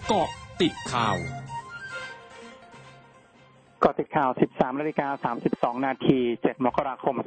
เกาะติดข่าวเกาะติดข่าว 13:32 น. 7 มกราคม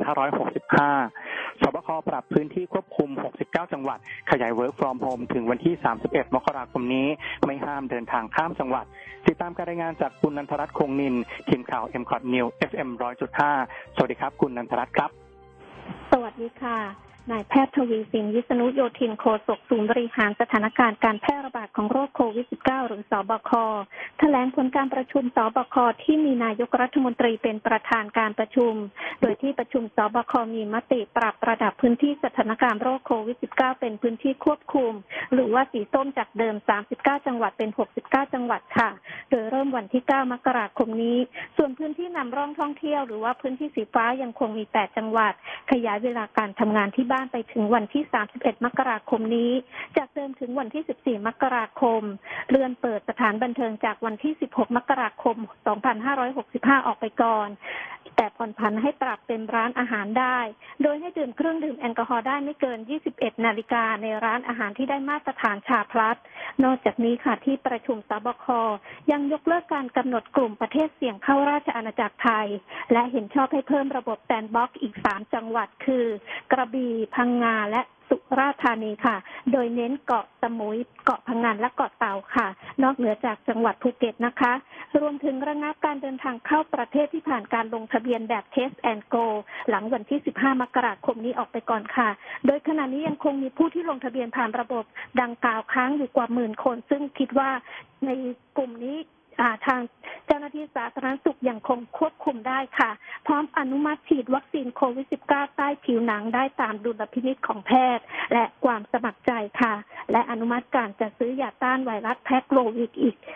2565 สบคปรับพื้นที่ควบคุม 69 จังหวัดขยาย Work from Home ถึงวันที่ 31 มกราคมนี้ไม่ห้ามเดินทางข้ามจังหวัดติดตามการรายงานจากคุณนันทรัตน์คงนินทีมข่าว MCOT News FM 100.5 สวัสดีครับคุณนันทรัตน์ครับสวัสดีค่ะนายแพทย์ทวีสินวิษณุโยธินโฆษกศูนย์บริหารสถานการณ์การแพร่ระบาดของโรคโควิด -19 หรือสบคแถลงผลการประชุมสบคที่มีนายกรัฐมนตรีเป็นประธานการประชุมโดยที่ประชุมสบคมีมติปรับระดับพื้นที่สถานการณ์โรคโควิด -19 เป็นพื้นที่ควบคุมหรือว่าสีส้มจากเดิม39จังหวัดเป็น69จังหวัดค่ะโดยเริ่มวันที่9มกราคมนี้ส่วนพื้นที่นำร่องท่องเที่ยวหรือว่าพื้นที่สีฟ้ายังคงมี8จังหวัดขยายเวลาการทำงานที่บ้านไปถึงวันที่31มกราคมนี้จากเดิมถึงวันที่14มกราคมเลื่อนเปิดสถานบันเทิงจากวันที่16มกราคม2565ออกไปก่อนแต่ผ่อนผันให้ปรับเป็นร้านอาหารได้โดยให้ดื่มเครื่องดื่มแอลกอฮอล์ได้ไม่เกิน 21 นาฬิกาในร้านอาหารที่ได้มาตรฐานชาพลัสนอกจากนี้ค่ะที่ประชุมสบคยังยกเลิกการกำหนดกลุ่มประเทศเสี่ยงเข้าราชอาณาจักรไทยและเห็นชอบให้เพิ่มระบบแซนด์บ็อกซ์อีก3จังหวัดคือกระบี่พังงาและสุราษฎร์ธานีค่ะโดยเน้นเกาะสมุยเกาะพังงานและเกาะเต่าค่ะนอกเหนือจากจังหวัดภูเก็ตนะคะรวมถึงระงับการเดินทางเข้าประเทศที่ผ่านการลงทะเบียนแบบ Test and Go หลังวันที่15มกราคมนี้ออกไปก่อนค่ะโดยขณะนี้ยังคงมีผู้ที่ลงทะเบียนผ่านระบบดังกล่าวค้างอยู่กว่า10,000คนซึ่งคิดว่าในกลุ่มนี้ทางเจ้าหน้าที่สาธารณสุขยังคงควบคุมได้ค่ะพร้อมอนุมัติฉีดวัคซีนโควิด -19 ใต้ผิวหนังได้ตามดุลพินิจของแพทย์และความสมัครใจค่ะและอนุมัติการจัดซื้อยาต้านไวรัสแพ็กโลวิดอีก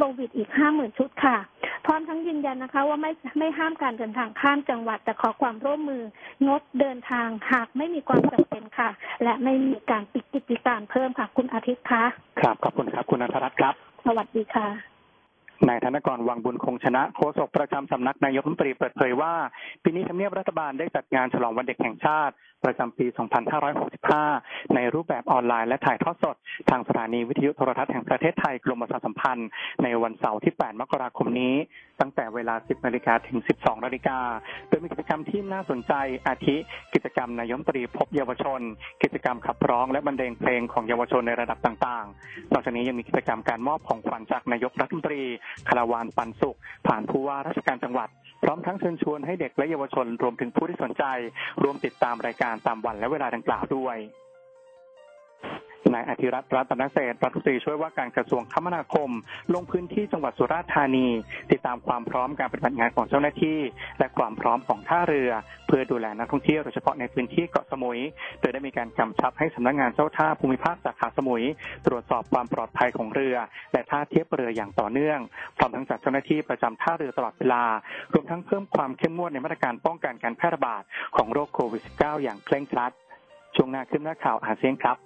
50,000 ชุดค่ะพร้อมทั้งยืนยันนะคะว่าไม่ห้ามการเดินทางข้ามจังหวัดแต่ขอความร่วมมืองดเดินทางหากไม่มีความจำเป็นค่ะและไม่มีการปิดกิจการเพิ่มค่ะคุณอาทิตย์คะครับขอบคุณครับคุณนันทรัตน์ครับสวัสดีค่ะนายธนกร วังบุญคงชนะโฆษกประจำสำนักนายกรัฐมนตรีเปิดเผยว่าปีนี้ทำเนียบรัฐบาลได้จัดงานฉลองวันเด็กแห่งชาติประจำปี 2565 ในรูปแบบออนไลน์และถ่ายทอดสดทางสถานีวิทยุโทรทัศน์แห่งประเทศไทยกรมประชาสัมพันธ์ในวันเสาร์ที่ 8 มกราคมนี้ตั้งแต่เวลา 10 นาฬิกาถึง 12 นาฬิกาโดยมีกิจกรรมที่น่าสนใจอาทิกิจกรรมนายกรัฐมนตรีพบเยาวชนกิจกรรมขับร้องและบรรเลงเพลงของเยาวชนในระดับต่างๆนอกจากนี้ยังมีกิจกรรมการมอบของขวัญจากนายกรัฐมนตรีคาราวานปันสุขผ่านผู้ว่าราชการจังหวัดพร้อมทั้งเชิญชวนให้เด็กและเยาวชนรวมถึงผู้ที่สนใจร่วมติดตามรายการตามวันและเวลาดังกล่าวด้วยนายอธิรัตน์รัตนเศรษฐ์รัฐมนตรีช่วยว่าการกระทรวงคมนาคมลงพื้นที่จังหวัดสุราษฎร์ธานีติดตามความพร้อมการปฏิบัติงานของเจ้าหน้าที่และความพร้อมของท่าเรือเพื่อดูแลนักท่องเที่ยวโดยเฉพาะในพื้นที่เกาะสมุยโดยได้มีการกำชับให้สำนักงานเจ้าท่าภูมิภาคสาขาสมุยตรวจสอบความปลอดภัยของเรือและท่าเทียบเรืออย่างต่อเนื่องพร้อมทั้งจัดเจ้าหน้าที่ประจำท่าเรือตลอดเวลารวมทั้งเพิ่มความเข้มงวดในมาตรการป้องกันการแพร่ระบาดของโรคโควิด -19 อย่างเคร่งครัดช่วงหน้าขึ้นหน้าข่าวอาเซียนครับ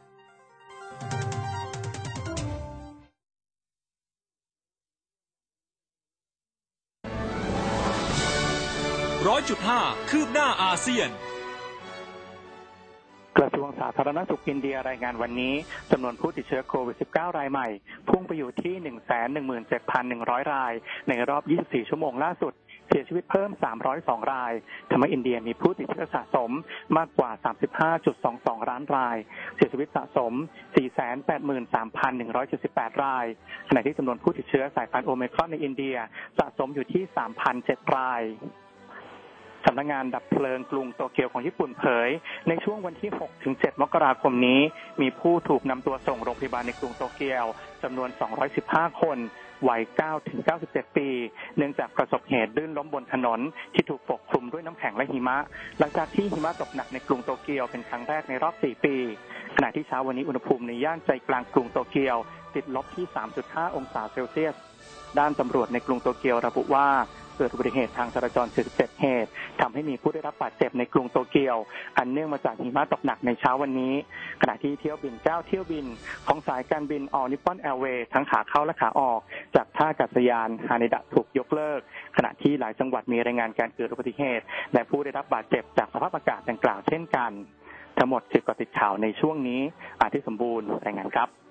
100.5 คืบหน้าอาเซียนกระทรวงสาธารณสุขอินเดียรายงานวันนี้จำนวนผู้ติดเชื้อโควิด -19 รายใหม่พุ่งไปอยู่ที่ 117,100 รายในรอบ 24 ชั่วโมงล่าสุดเสียชีวิตเพิ่ม302รายทำให้อินเดียมีผู้ติดเชื้อสะสมมากกว่า 35.22 ล้านรายเสียชีวิตสะสม 483,178 รายขณะที่จำนวนผู้ติดเชื้อสายพันธุ์โอไมครอนในอินเดียสะสมอยู่ที่ 3,007 รายสำนักงานดับเพลิงกรุงโตเกียวของญี่ปุ่นเผยในช่วงวันที่ 6-7 มกราคมนี้มีผู้ถูกนำตัวส่งโรงพยาบาลในกรุงโตเกียวจำนวน 215 คนวัย 9-97 ปีเนื่องจากประสบเหตุลื่นล้มบนถนนที่ถูกปกคลุมด้วยน้ำแข็งและหิมะหลังจากที่หิมะตกหนักในกรุงโตเกียวเป็นครั้งแรกในรอบ 4 ปีขณะที่เช้าวันนี้อุณหภูมิในย่านใจกลางกรุงโตเกียวติดลบที่ 3.5 องศาเซลเซียสด้านตำรวจในกรุงโตเกียวระบุว่าเกิดอุบัติเหตุทางจราจร47เหตุทำให้มีผู้ได้รับบาดเจ็บในกรุงโตเกียวอันเนื่องมาจากหิมะตกหนักในเช้าวันนี้ขณะที่เที่ยวบิน9เที่ยวบินของสายการบิน All Nippon Airways ทั้งขาเข้าและขาออกจากท่าอากาศยานฮาเนดะถูกยกเลิกขณะที่หลายจังหวัดมีรายงานการเกิดอุบัติเหตุและผู้ได้รับบาดเจ็บจากสภาพอากาศดังกล่าวเช่นกันทั้งหมดคือเกาะติดข่าวในช่วงนี้อาทิตย์สมบูรณ์รายงานครับ